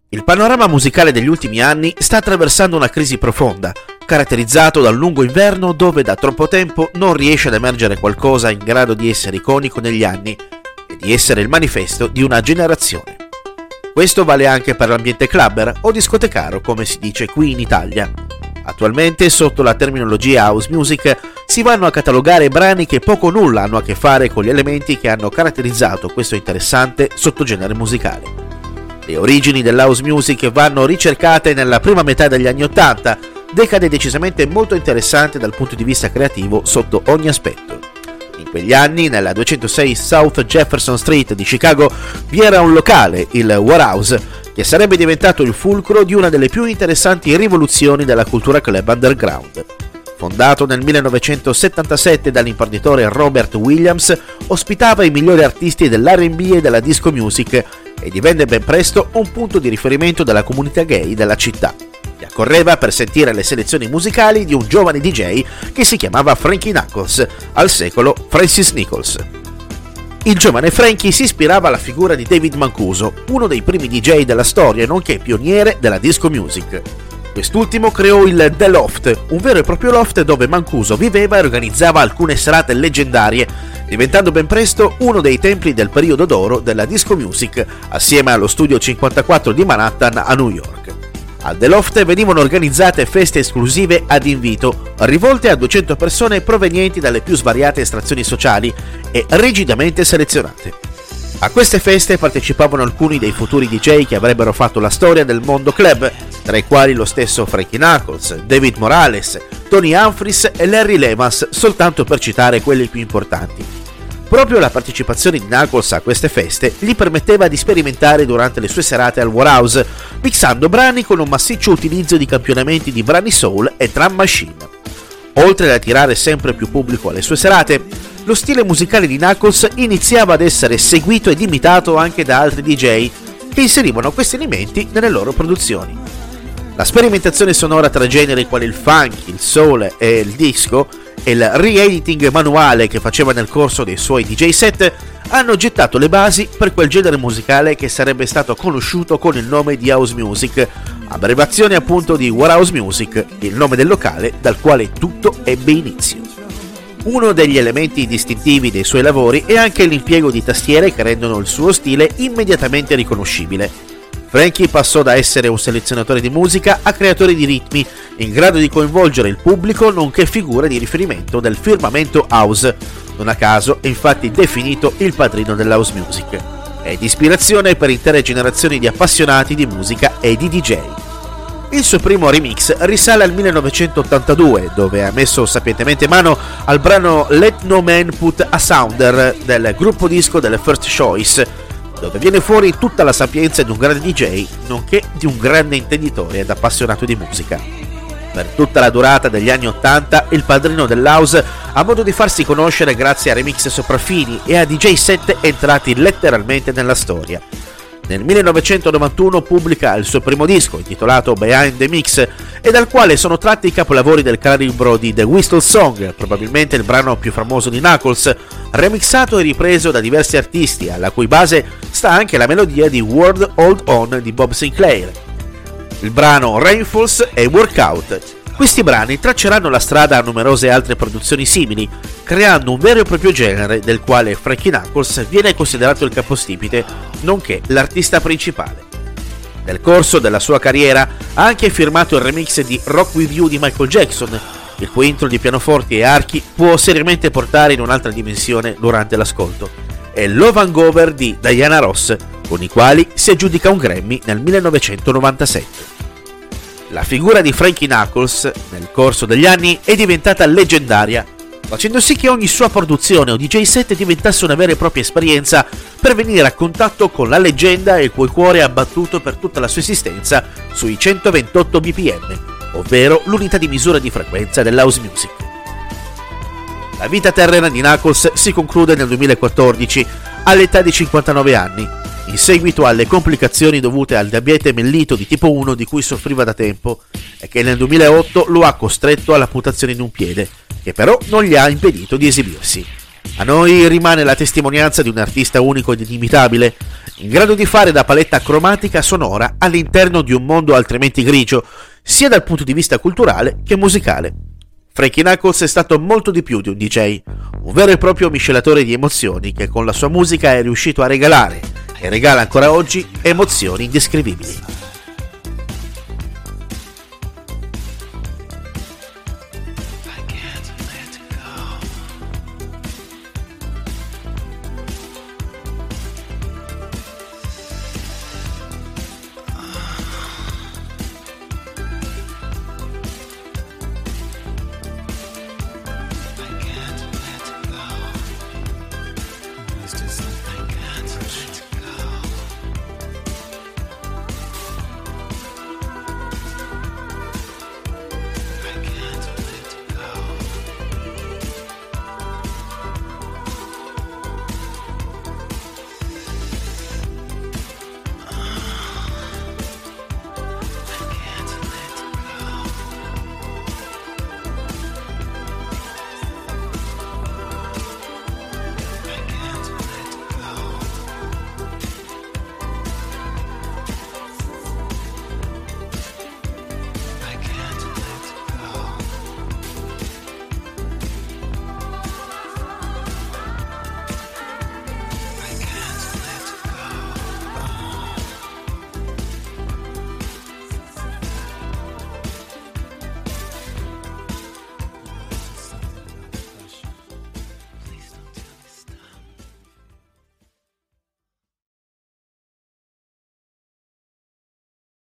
Il panorama musicale degli ultimi anni sta attraversando una crisi profonda, caratterizzato dal lungo inverno dove da troppo tempo non riesce ad emergere qualcosa in grado di essere iconico negli anni e di essere il manifesto di una generazione. Questo vale anche per l'ambiente clubber o discotecaro, come si dice qui in Italia. Attualmente, sotto la terminologia house music, si vanno a catalogare brani che poco o nulla hanno a che fare con gli elementi che hanno caratterizzato questo interessante sottogenere musicale. Le origini dell'house music vanno ricercate nella prima metà degli anni '80, decade decisamente molto interessante dal punto di vista creativo sotto ogni aspetto. In quegli anni, nella 206 South Jefferson Street di Chicago, vi era un locale, il Warhouse, che sarebbe diventato il fulcro di una delle più interessanti rivoluzioni della cultura club underground. Fondato nel 1977 dall'imprenditore Robert Williams, ospitava i migliori artisti dell'R&B e della disco music e divenne ben presto un punto di riferimento della comunità gay della città, che accorreva per sentire le selezioni musicali di un giovane DJ che si chiamava Frankie Knuckles, al secolo Francis Nichols. Il giovane Frankie si ispirava alla figura di David Mancuso, uno dei primi DJ della storia nonché pioniere della disco music. Quest'ultimo creò il The Loft, un vero e proprio loft dove Mancuso viveva e organizzava alcune serate leggendarie, diventando ben presto uno dei templi del periodo d'oro della disco music, assieme allo Studio 54 di Manhattan a New York. Al The Loft venivano organizzate feste esclusive ad invito, rivolte a 200 persone provenienti dalle più svariate estrazioni sociali e rigidamente selezionate. A queste feste partecipavano alcuni dei futuri DJ che avrebbero fatto la storia del mondo club, tra i quali lo stesso Frankie Knuckles, David Morales, Tony Humphries e Larry Levans, soltanto per citare quelli più importanti. Proprio la partecipazione di Knuckles a queste feste gli permetteva di sperimentare durante le sue serate al Warhouse, mixando brani con un massiccio utilizzo di campionamenti di brani soul e drum machine. Oltre ad attirare sempre più pubblico alle sue serate, lo stile musicale di Knuckles iniziava ad essere seguito ed imitato anche da altri DJ che inserivano questi elementi nelle loro produzioni. La sperimentazione sonora tra generi quali il funk, il soul e il disco e il re-editing manuale che faceva nel corso dei suoi DJ set hanno gettato le basi per quel genere musicale che sarebbe stato conosciuto con il nome di house music, abbreviazione appunto di Warhouse Music, il nome del locale dal quale tutto ebbe inizio. Uno degli elementi distintivi dei suoi lavori è anche l'impiego di tastiere che rendono il suo stile immediatamente riconoscibile. Frankie passò da essere un selezionatore di musica a creatore di ritmi, in grado di coinvolgere il pubblico nonché figura di riferimento del firmamento house. Non a caso è infatti definito il padrino dell'house music. È di ispirazione per intere generazioni di appassionati di musica e di DJ. Il suo primo remix risale al 1982, dove ha messo sapientemente mano al brano Let No Man Put a Sounder del gruppo disco delle First Choice, dove viene fuori tutta la sapienza di un grande DJ, nonché di un grande intenditore ed appassionato di musica. Per tutta la durata degli anni '80, il padrino dell'house ha modo di farsi conoscere grazie a remix sopraffini e a DJ set entrati letteralmente nella storia. Nel 1991 pubblica il suo primo disco, intitolato Behind the Mix, e dal quale sono tratti i capolavori del calibro di The Whistle Song, probabilmente il brano più famoso di Knuckles, remixato e ripreso da diversi artisti, alla cui base sta anche la melodia di World Hold On di Bob Sinclair. Il brano Rainfalls e Workout. Questi brani tracceranno la strada a numerose altre produzioni simili, creando un vero e proprio genere del quale Frankie Knuckles viene considerato il capostipite, nonché l'artista principale. Nel corso della sua carriera ha anche firmato il remix di Rock With You di Michael Jackson, il cui intro di pianoforti e archi può seriamente portare in un'altra dimensione durante l'ascolto, e Love Hangover di Diana Ross, con i quali si aggiudica un Grammy nel 1997. La figura di Frankie Knuckles, nel corso degli anni, è diventata leggendaria, facendo sì che ogni sua produzione o DJ set diventasse una vera e propria esperienza per venire a contatto con la leggenda il cui cuore ha battuto per tutta la sua esistenza sui 128 bpm, ovvero l'unità di misura di frequenza dell'house music. La vita terrena di Knuckles si conclude nel 2014, all'età di 59 anni, in seguito alle complicazioni dovute al diabete mellito di tipo 1 di cui soffriva da tempo e che nel 2008 lo ha costretto all'amputazione di un piede, che però non gli ha impedito di esibirsi. A noi rimane la testimonianza di un artista unico ed inimitabile, in grado di fare da paletta cromatica sonora all'interno di un mondo altrimenti grigio, sia dal punto di vista culturale che musicale. Frankie Knuckles è stato molto di più di un DJ, un vero e proprio miscelatore di emozioni che con la sua musica è riuscito a regalare, e regala ancora oggi, emozioni indescrivibili.